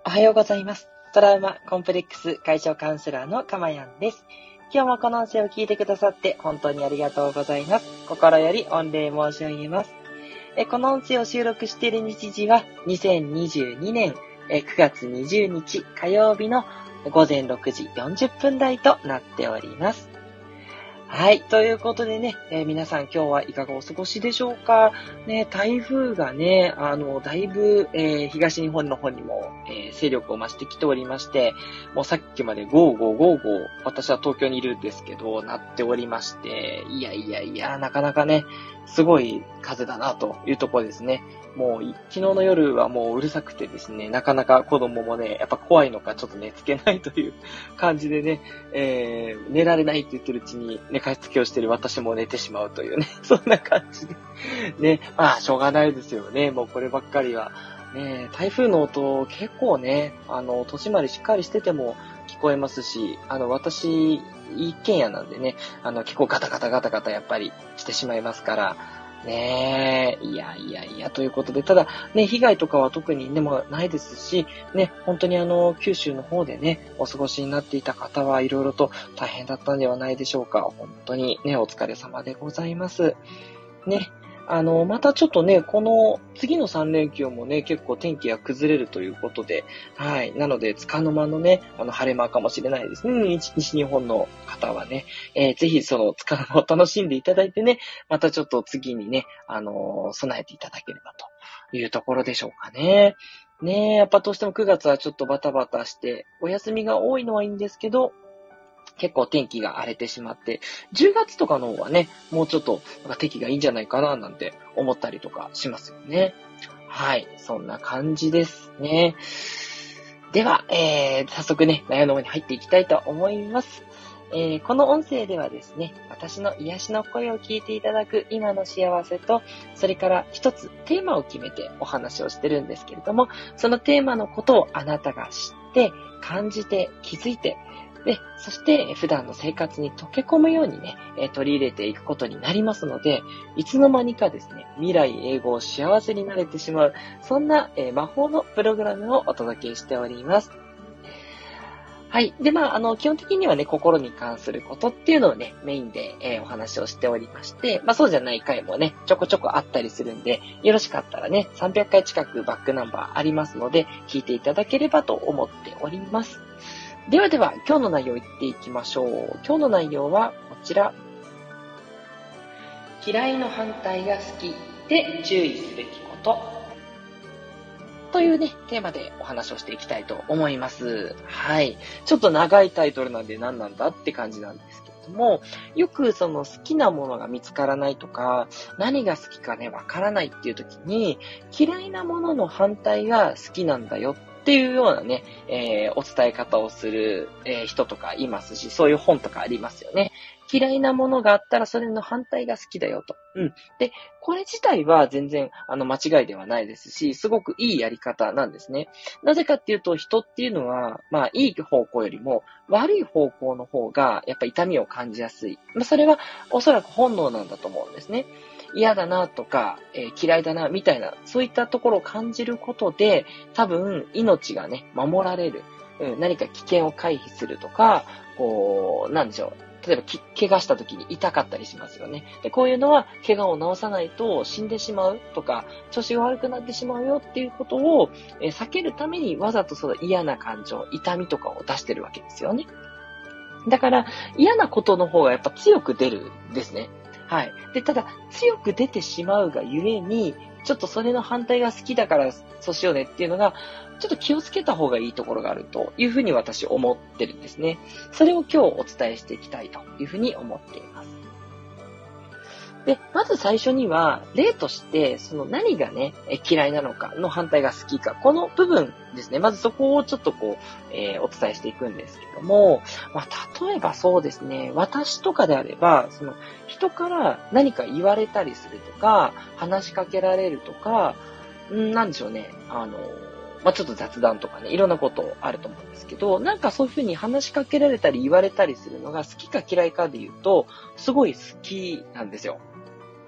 おはようございます。トラウマコンプレックス解消カウンセラーのかまやんです。今日もこの音声を聞いてくださって本当にありがとうございます。心より御礼申し上げます。この音声を収録している日時は2022年9月20日火曜日の午前6時40分台となっております。はい。ということでね、皆さん今日はいかがお過ごしでしょうかね、台風がね、だいぶ、東日本の方にも、勢力を増してきておりまして、もうさっきまでゴーゴーゴーゴー、私は東京にいるんですけど、なっておりまして、いや、なかなかね、すごい風だなというところですね。もう、昨日の夜はもううるさくてですね、なかなか子供もね、やっぱ怖いのかちょっと寝つけないという感じでね、寝られないって言ってるうちに寝かしつけをしてる私も寝てしまうというね、そんな感じで。ね、まあ、しょうがないですよね。もうこればっかりは。ね、台風の音結構ね、戸締まりしっかりしてても聞こえますし、私、一軒家なんでね、結構ガタガタやっぱりしてしまいますから、ねえ、いや、ということで、ただ、ね、被害とかは特にでもないですし、ね、本当に九州の方でね、お過ごしになっていた方はいろいろと大変だったんではないでしょうか。本当にね、お疲れ様でございます。ね。またちょっとね、この次の3連休もね、結構天気が崩れるということで、はい。なので、束の間のね、晴れ間かもしれないですね。西日本の方はね、ぜひその束の間を楽しんでいただいてね、またちょっと次にね、備えていただければというところでしょうかね。ねえ、やっぱどうしても9月はちょっとバタバタして、お休みが多いのはいいんですけど、結構天気が荒れてしまって、10月とかの方はね、もうちょっと天気がいいんじゃないかななんて思ったりとかしますよね。はい、そんな感じですね。では、早速ね、内容の方に入っていきたいと思います。この音声ではですね、私の癒しの声を聞いていただく今の幸せと、それから一つテーマを決めてお話をしてるんですけれども、そのテーマのことをあなたが知って、感じて、気づいて、で、そして普段の生活に溶け込むようにね、取り入れていくことになりますので、いつの間にかですね、未来永劫幸せになれてしまう、そんな、魔法のプログラムをお届けしております。はい。で、基本的にはね、心に関することっていうのをね、メインで、お話をしておりまして、そうじゃない回もね、ちょこちょこあったりするんで、よろしかったらね、300回近くバックナンバーありますので、聞いていただければと思っております。では、今日の内容いっていきましょう。今日の内容はこちら。嫌いの反対が好きで注意すべきこと。というね、テーマでお話をしていきたいと思います。はい。ちょっと長いタイトルなんで何なんだって感じなんですけれども、よくその好きなものが見つからないとか、何が好きかね、わからないっていう時に、嫌いなものの反対が好きなんだよっていうようなね、お伝え方をする、人とかいますし、そういう本とかありますよね。嫌いなものがあったらそれの反対が好きだよと。で、これ自体は全然間違いではないですし、すごくいいやり方なんですね。なぜかっていうと、人っていうのは、いい方向よりも悪い方向の方がやっぱ痛みを感じやすい。それはおそらく本能なんだと思うんですね。嫌だなとか、嫌いだなみたいな、そういったところを感じることで、多分命がね、守られる。何か危険を回避するとか、なんでしょう。例えば、怪我した時に痛かったりしますよね。で、こういうのは、怪我を治さないと死んでしまうとか、調子が悪くなってしまうよっていうことを、避けるためにわざとその嫌な感情、痛みとかを出してるわけですよね。だから、嫌なことの方がやっぱ強く出るんですね。はい。で、ただ、強く出てしまうがゆえに、ちょっとそれの反対が好きだからそうしようねっていうのが、ちょっと気をつけた方がいいところがあるというふうに私思ってるんですね。それを今日お伝えしていきたいというふうに思っています。で、まず最初には、例として、その何がね、嫌いなのかの反対が好きか、この部分ですね。まずそこをちょっとお伝えしていくんですけども、例えばそうですね、私とかであれば、その人から何か言われたりするとか、話しかけられるとか、なんでしょうね、ちょっと雑談とかね、いろんなことあると思うんですけど、なんかそういうふうに話しかけられたり言われたりするのが好きか嫌いかで言うと、すごい好きなんですよ。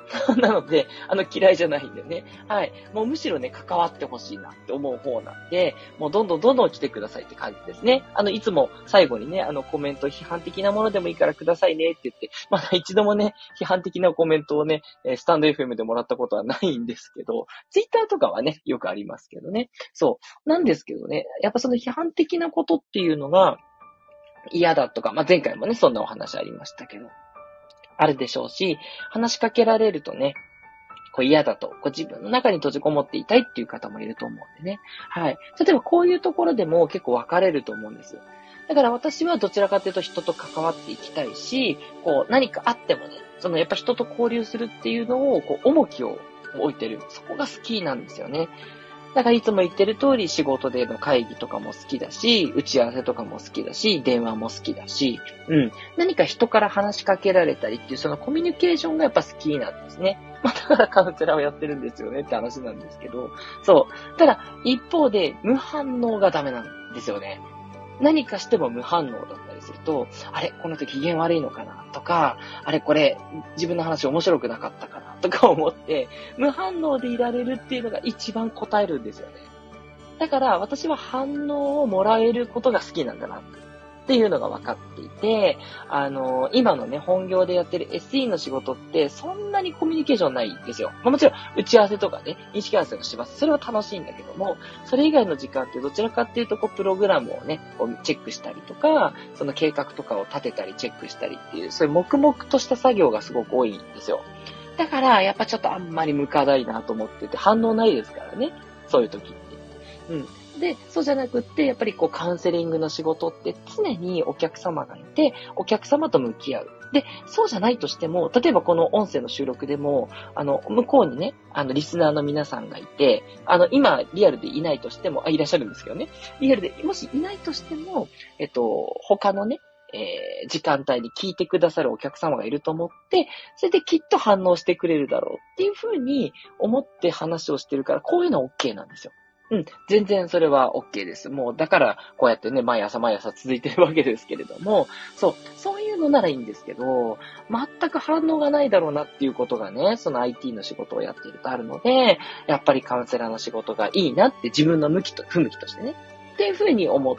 なので、嫌いじゃないんでね。はい。もうむしろね、関わってほしいなって思う方なんで、もうどんどん来てくださいって感じですね。いつも最後にね、コメント、批判的なものでもいいからくださいねって言って、まだ一度もね、批判的なコメントをね、スタンド FM でもらったことはないんですけど、ツイッターとかはね、よくありますけどね。そう。なんですけどね、やっぱその批判的なことっていうのが嫌だとか、まあ、前回もね、そんなお話ありましたけど、あるでしょうし、話しかけられるとね、嫌だと、自分の中に閉じこもっていたいっていう方もいると思うんでね。はい。例えばこういうところでも結構分かれると思うんです。だから私はどちらかというと人と関わっていきたいし、何かあってもね、やっぱ人と交流するっていうのを、重きを置いてる。そこが好きなんですよね。だからいつも言ってる通り仕事での会議とかも好きだし、打ち合わせとかも好きだし、電話も好きだし、何か人から話しかけられたりっていうそのコミュニケーションがやっぱ好きなんですね。だからカウンセラーをやってるんですよねって話なんですけど、そう。ただ一方で無反応がダメなんですよね。何かしても無反応だったりすると、あれこの人機嫌悪いのかなとか、あれこれ自分の話面白くなかったかなとか思って、無反応でいられるっていうのが一番答えるんですよね。だから私は反応をもらえることが好きなんだなっていうのが分かっていて、今のね、本業でやってる SE の仕事ってそんなにコミュニケーションないんですよ。もちろん打ち合わせとかね、意識合わせをします。それは楽しいんだけども、それ以外の時間ってどちらかっていうと、プログラムをね、チェックしたりとか、その計画とかを立てたりチェックしたりっていう、そういう黙々とした作業がすごく多いんですよ。だから、やっぱちょっとあんまり無課題なと思ってて、反応ないですからね。そういう時って。で、そうじゃなくって、やっぱりカウンセリングの仕事って常にお客様がいて、お客様と向き合う。で、そうじゃないとしても、例えばこの音声の収録でも、向こうにね、リスナーの皆さんがいて、今、リアルでいないとしても、いらっしゃるんですけどね。リアルで、もしいないとしても、他のね、時間帯に聞いてくださるお客様がいると思って、それできっと反応してくれるだろうっていうふうに思って話をしてるから、こういうのは OK なんですよ。全然それは OK です。もう、だから、こうやってね、毎朝続いてるわけですけれども、そういうのならいいんですけど、全く反応がないだろうなっていうことがね、その IT の仕事をやっているとあるので、やっぱりカウンセラーの仕事がいいなって自分の不向きとしてね、っていうふうに思って、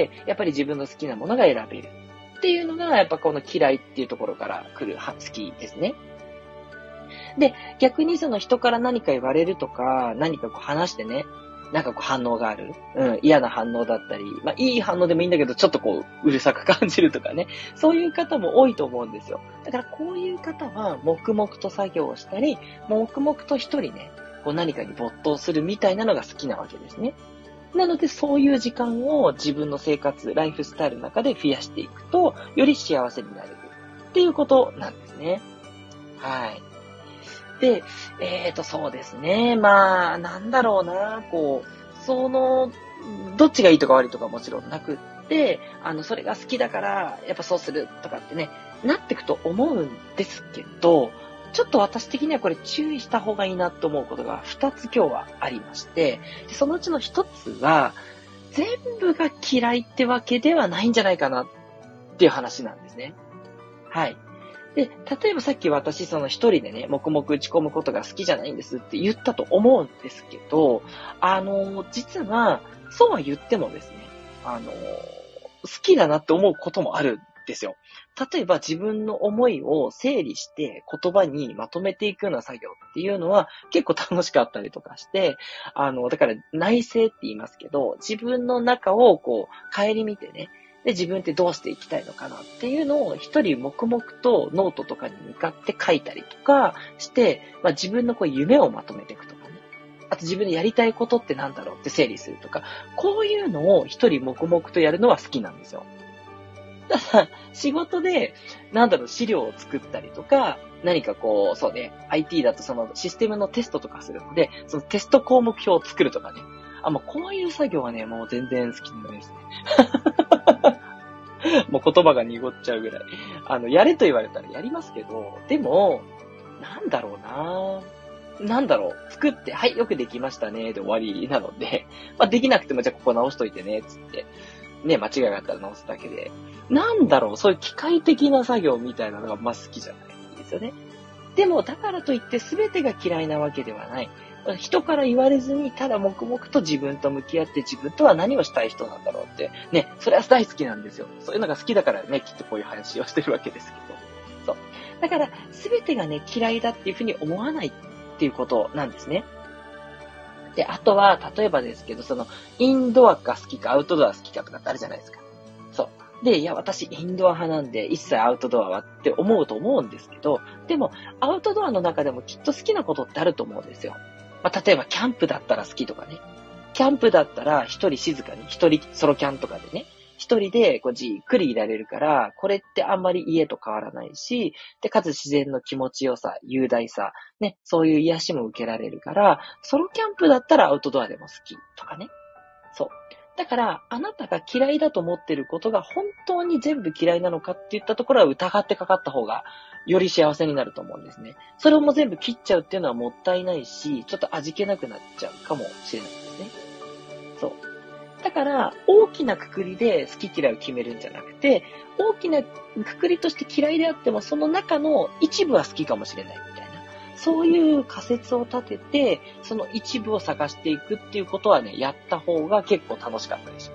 やっぱり自分の好きなものが選べるっていうのが、やっぱこの嫌いっていうところから来る好きですね。で、逆にその人から何か言われるとか、何か話してね、なんか反応がある。嫌な反応だったり、いい反応でもいいんだけど、ちょっとうるさく感じるとかね。そういう方も多いと思うんですよ。だからこういう方は、黙々と作業をしたり、黙々と一人ね、何かに没頭するみたいなのが好きなわけですね。なので、そういう時間を自分の生活、ライフスタイルの中で増やしていくと、より幸せになれるっていうことなんですね。はい。で、そうですね。なんだろうな、どっちがいいとか悪いとかもちろんなくって、それが好きだから、やっぱそうするとかってね、なってくと思うんですけど、ちょっと私的にはこれ注意した方がいいなと思うことが2つ今日はありまして、でそのうちの1つは、全部が嫌いってわけではないんじゃないかなっていう話なんですね。はい。で、例えばさっき私一人でね、黙々打ち込むことが好きじゃないんですって言ったと思うんですけど、実は、そうは言ってもですね、好きだなって思うこともあるんですよ。例えば自分の思いを整理して言葉にまとめていくような作業っていうのは結構楽しかったりとかして、だから内省って言いますけど、自分の中を顧みてね、で、自分ってどうしていきたいのかなっていうのを一人黙々とノートとかに向かって書いたりとかして、自分の夢をまとめていくとかね。あと自分でやりたいことってなんだろうって整理するとか、こういうのを一人黙々とやるのは好きなんですよ。ただ、仕事で、資料を作ったりとか、何かそうね、IT だとそのシステムのテストとかするので、そのテスト項目表を作るとかね。もうこういう作業はね、もう全然好きなんですね。もう言葉が濁っちゃうぐらい。やれと言われたらやりますけど、でも、作って、はい、よくできましたね、で終わりなので、できなくてもじゃあここ直しといてね、つって。ね、間違いがあったら直すだけで。そういう機械的な作業みたいなのが好きじゃないですよね。 でも、だからといって全てが嫌いなわけではない。人から言われずに、ただ黙々と自分と向き合って自分とは何をしたい人なんだろうって。ね、それは大好きなんですよ。そういうのが好きだからね、きっとこういう話をしてるわけですけど。そう。だから、全てがね、嫌いだっていうふうに思わないっていうことなんですね。で、あとは、例えばですけど、インドアが好きかアウトドア好きかとかってあるじゃないですか。そう。で、いや、私、インドア派なんで、一切アウトドアはって思うと思うんですけど、でも、アウトドアの中でもきっと好きなことってあると思うんですよ。例えば、キャンプだったら好きとかね。キャンプだったら、一人静かに、一人ソロキャンとかでね、一人でこうじっくりいられるから、これってあんまり家と変わらないし、で、かつ自然の気持ちよさ、雄大さ、ね、そういう癒しも受けられるから、ソロキャンプだったらアウトドアでも好きとかね。そう。だから、あなたが嫌いだと思ってることが本当に全部嫌いなのかっていったところは疑ってかかった方が、より幸せになると思うんですね。それをもう全部切っちゃうっていうのはもったいないし、ちょっと味気なくなっちゃうかもしれないですね。そう。だから、大きな括りで好き嫌いを決めるんじゃなくて、大きな括りとして嫌いであっても、その中の一部は好きかもしれないみたいな。そういう仮説を立てて、その一部を探していくっていうことはね、やった方が結構楽しかったです。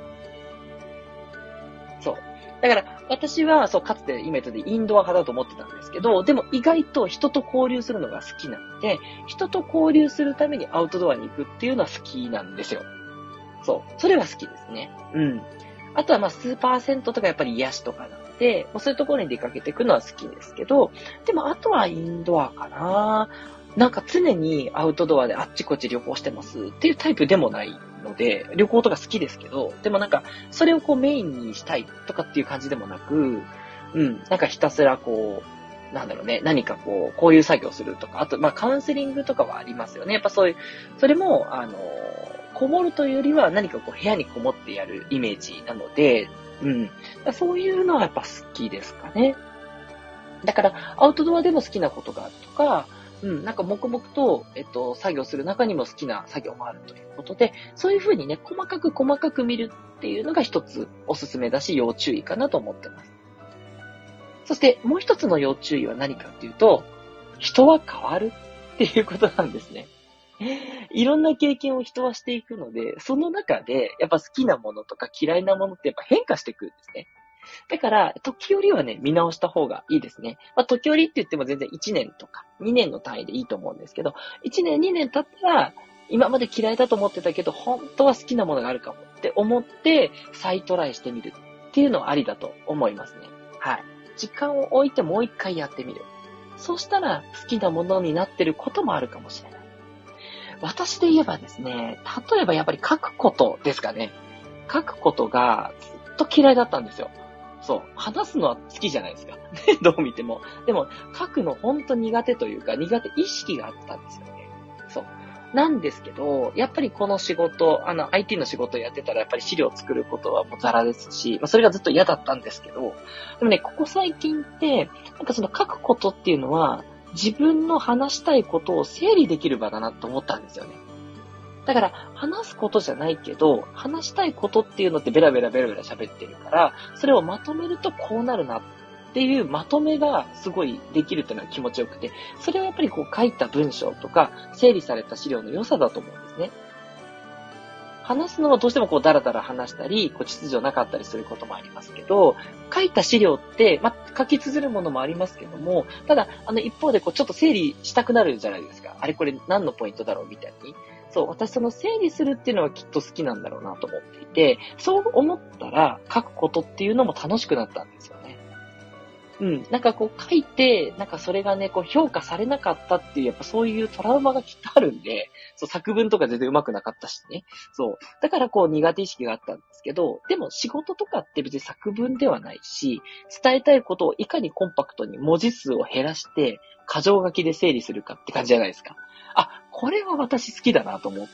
そう。だから、私は、そう、かつて今言ったようにインドア派だと思ってたんですけど、でも意外と人と交流するのが好きなので、人と交流するためにアウトドアに行くっていうのは好きなんですよ。そう。それは好きですね。うん。あとは数パーセントとかやっぱり癒しとかなので、そういうところに出かけていくのは好きですけど、でもあとはインドアかな。なんか常にアウトドアであっちこっち旅行してますっていうタイプでもないので、旅行とか好きですけど、でもなんかそれをこうメインにしたいとかっていう感じでもなく、なんかひたすらこう、なんだろうね、何かこういう作業するとか、あとカウンセリングとかはありますよね。やっぱそういう、それもこもるというよりは何かこう部屋にこもってやるイメージなので、そういうのはやっぱ好きですかね。だから、アウトドアでも好きなことがあるとか、なんか黙々と、作業する中にも好きな作業もあるということで、そういうふうにね、細かく見るっていうのが一つおすすめだし、要注意かなと思ってます。そして、もう一つの要注意は何かっていうと、人は変わるっていうことなんですね。いろんな経験を人はしていくので、その中で、やっぱ好きなものとか嫌いなものってやっぱ変化していくんですね。だから、時折はね、見直した方がいいですね。時折って言っても全然1年とか2年の単位でいいと思うんですけど、1年2年経ったら、今まで嫌いだと思ってたけど、本当は好きなものがあるかもって思って、再トライしてみるっていうのはありだと思いますね。はい。時間を置いてもう一回やってみる。そうしたら好きなものになってることもあるかもしれない。私で言えばですね、例えばやっぱり書くことですかね。書くことがずっと嫌いだったんですよ。そう。話すのは好きじゃないですか。どう見ても。でも、書くのほんと苦手というか、苦手意識があったんですよね。そう。なんですけど、やっぱりこの仕事、IT の仕事をやってたら、やっぱり資料を作ることはもうザラですし、それがずっと嫌だったんですけど、でもね、ここ最近って、なんかその書くことっていうのは、自分の話したいことを整理できる場だなと思ったんですよね。だから、話すことじゃないけど、話したいことっていうのってベラベラ喋ってるから、それをまとめるとこうなるなっていうまとめがすごいできるっていうのは気持ちよくて、それはやっぱりこう書いた文章とか、整理された資料の良さだと思うんですね。話すのはどうしてもこうダラダラ話したり、こう秩序なかったりすることもありますけど、書いた資料って、書き綴るものもありますけども、ただ、一方でこうちょっと整理したくなるじゃないですか。あれこれ何のポイントだろうみたいに。そう、私その整理するっていうのはきっと好きなんだろうなと思っていて、そう思ったら書くことっていうのも楽しくなったんですよね。なんかこう書いて、なんかそれがね、こう評価されなかったっていう、やっぱそういうトラウマがきっとあるんで、そう作文とか全然上手くなかったしね。そう。だからこう苦手意識があったんですけど、でも仕事とかって別に作文ではないし、伝えたいことをいかにコンパクトに文字数を減らして、箇条書きで整理するかって感じじゃないですか。あ、これは私好きだなと思って、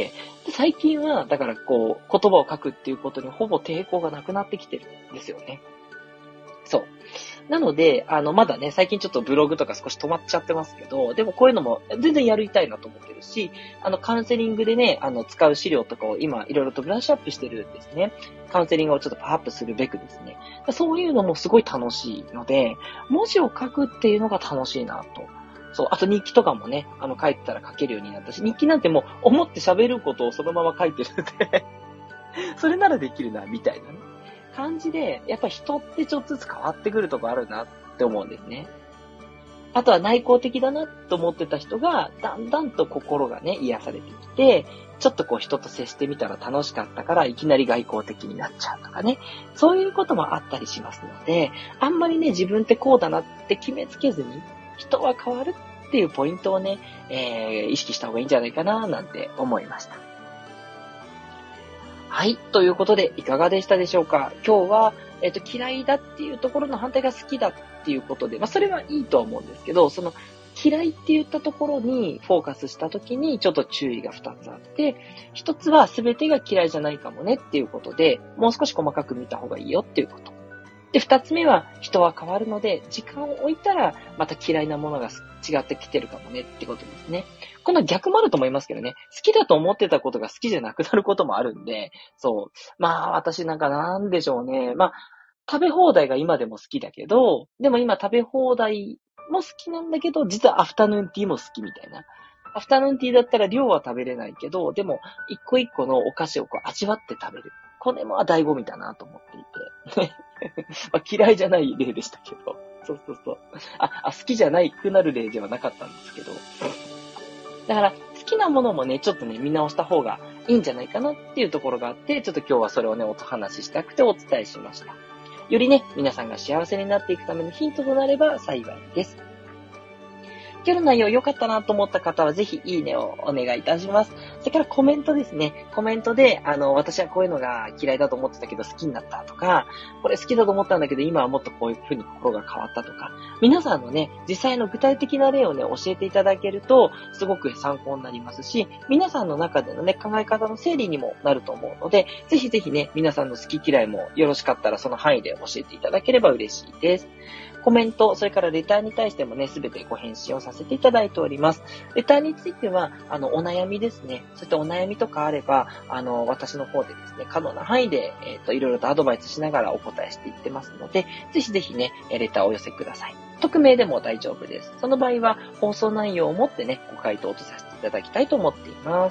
で最近は、だからこう、言葉を書くっていうことにほぼ抵抗がなくなってきてるんですよね。そう。なので、まだね、最近ちょっとブログとか少し止まっちゃってますけど、でもこういうのも全然やりたいなと思ってるし、カウンセリングでね、使う資料とかを今、いろいろとブラッシュアップしてるんですね。カウンセリングをちょっとパワーアップするべくですね。そういうのもすごい楽しいので、文字を書くっていうのが楽しいなと。 そう、あと日記とかもね、書いてたら書けるようになったし、日記なんてもう思って喋ることをそのまま書いてるんで、それならできるな、みたいなね、感じで、やっぱ人ってちょっとずつ変わってくるとこあるなって思うんですね。あとは内向的だなと思ってた人が、だんだんと心がね、癒されてきて、ちょっとこう人と接してみたら楽しかったから、いきなり外交的になっちゃうとかね。そういうこともあったりしますので、あんまりね、自分ってこうだなって決めつけずに、人は変わるっていうポイントをね、意識した方がいいんじゃないかな、なんて思いました。はい。ということで、いかがでしたでしょうか？今日は、嫌いだっていうところの反対が好きだっていうことで、それはいいとは思うんですけど、その、嫌いって言ったところにフォーカスしたときに、ちょっと注意が2つあって、1つは全てが嫌いじゃないかもねっていうことで、もう少し細かく見た方がいいよっていうこと。で、2つ目は、人は変わるので、時間を置いたら、また嫌いなものが違ってきてるかもねってことですね。この逆もあると思いますけどね。好きだと思ってたことが好きじゃなくなることもあるんで、そう。私なんでしょうね。食べ放題が今でも好きだけど、でも今食べ放題も好きなんだけど、実はアフタヌーンティーも好きみたいな。アフタヌーンティーだったら量は食べれないけど、でも一個一個のお菓子をこう味わって食べる。これも醍醐味だなと思っていて。嫌いじゃない例でしたけど。そう。好きじゃないくなる例ではなかったんですけど。だから好きなものもね、ちょっとね、見直した方がいいんじゃないかなっていうところがあって、ちょっと今日はそれをね、お話ししたくてお伝えしました。よりね、皆さんが幸せになっていくためのヒントとなれば幸いです。今日の内容良かったなと思った方はぜひいいねをお願いいたします。それからコメントですね。コメントで、私はこういうのが嫌いだと思ってたけど好きになったとか、これ好きだと思ったんだけど今はもっとこういう風に心が変わったとか、皆さんのね、実際の具体的な例をね、教えていただけると、すごく参考になりますし、皆さんの中でのね、考え方の整理にもなると思うので、ぜひぜひね、皆さんの好き嫌いもよろしかったらその範囲で教えていただければ嬉しいです。コメント、それからレターに対してもね、すべてご返信をさせていただいております。レターについては、お悩みですね。そういったお悩みとかあれば、私の方でですね、可能な範囲で、いろいろとアドバイスしながらお答えしていってますので、ぜひぜひね、レターをお寄せください。匿名でも大丈夫です。その場合は、放送内容をもってね、ご回答とさせていただきたいと思っています。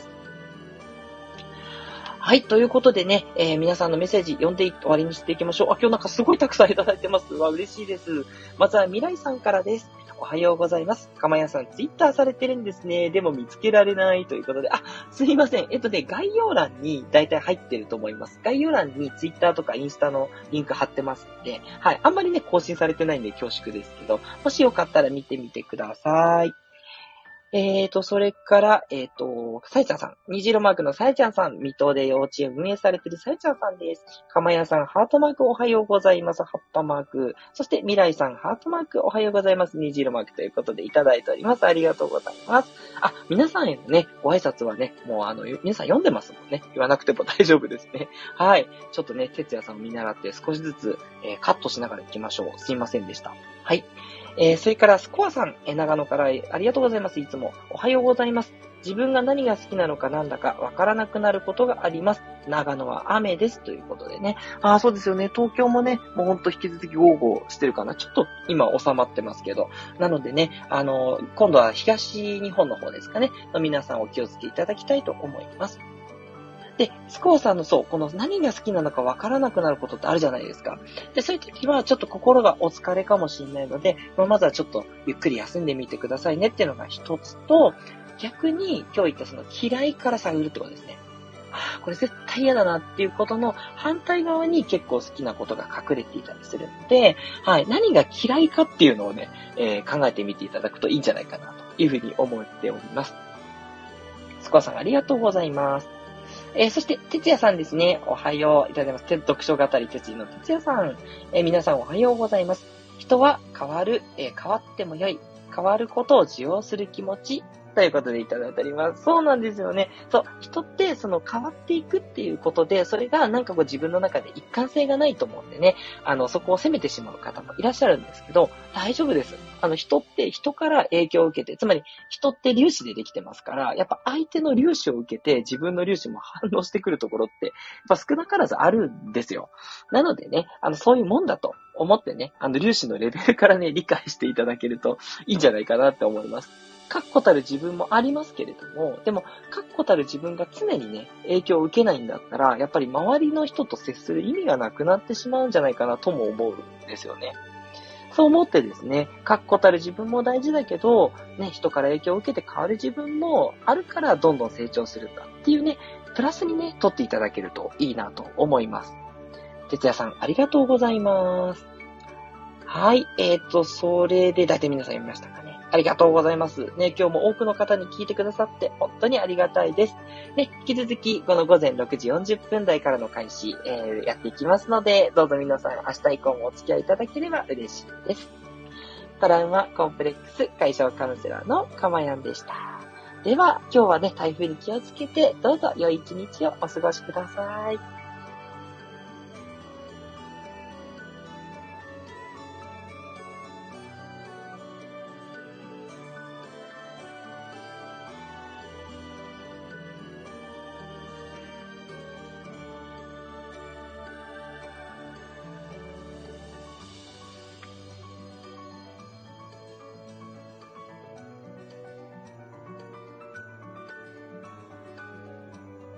はい、ということでね、皆さんのメッセージ読んで終わりにしていきましょう。今日なんかすごいたくさんいただいてます。嬉しいです。まずは未来さんからです。おはようございます。かまやさん、ツイッターされてるんですね。でも見つけられないということで。すいません。概要欄に大体入ってると思います。概要欄にツイッターとかインスタのリンク貼ってますんで、はい。あんまりね、更新されてないんで恐縮ですけど、もしよかったら見てみてください。それから、さえちゃんさん。虹色マークのさえちゃんさん。水戸で幼稚園運営されているさえちゃんさんです。かまやさん、ハートマークおはようございます。葉っぱマーク。そして、未来さん、ハートマークおはようございます。虹色マークということでいただいております。ありがとうございます。皆さんへのね、ご挨拶はね、もう皆さん読んでますもんね。言わなくても大丈夫ですね。はい。ちょっとね、哲也さんを見習って少しずつ、カットしながら行きましょう。すいませんでした。はい。それから、スコアさん、長野からありがとうございます。いつも。おはようございます。自分が何が好きなのかなんだかわからなくなることがあります。長野は雨です。ということでね。そうですよね。東京もね、もうほんと引き続き豪雨してるかな。ちょっと今収まってますけど。なのでね、今度は東日本の方ですかね。皆さんお気をつけいただきたいと思います。で、スコアさんのこの何が好きなのかわからなくなることってあるじゃないですか。で、そういう時はちょっと心がお疲れかもしれないので、まずはちょっとゆっくり休んでみてくださいねっていうのが一つと、逆に今日言ったその嫌いから探るってことですね。これ絶対嫌だなっていうことの反対側に結構好きなことが隠れていたりするので、はい、何が嫌いかっていうのをね、考えてみていただくといいんじゃないかなというふうに思っております。スコアさんありがとうございます。そして、哲也さんですね。おはよういただきます。読書語り哲也の哲也さん。皆さんおはようございます。人は変わる、変わっても良い。変わることを受容する気持ち。 ということでいただいております。そうなんですよね。そう、人ってその変わっていくっていうことで、それがなんかこう自分の中で一貫性がないと思うんでね、そこを責めてしまう方もいらっしゃるんですけど、大丈夫です。人って人から影響を受けて、つまり人って粒子でできてますから、やっぱ相手の粒子を受けて自分の粒子も反応してくるところって、やっぱ少なからずあるんですよ。なのでね、そういうもんだと思ってね、粒子のレベルからね、理解していただけるといいんじゃないかなって思います。確固たる自分もありますけれども、でも、確固たる自分が常にね、影響を受けないんだったら、やっぱり周りの人と接する意味がなくなってしまうんじゃないかなとも思うんですよね。そう思ってですね、確固たる自分も大事だけど、ね、人から影響を受けて変わる自分もあるからどんどん成長するんだっていうね、プラスにね、取っていただけるといいなと思います。哲也さん、ありがとうございます。はい。それで、大体皆さん読みましたかね。ありがとうございます。ね、今日も多くの方に聞いてくださって、本当にありがたいです。ね、引き続き、この午前6時40分台からの開始、やっていきますので、どうぞ皆さん、明日以降もお付き合いいただければ嬉しいです。トラウマコンプレックス解消カウンセラーのかまやんでした。では、今日はね、台風に気をつけて、どうぞ良い一日をお過ごしください。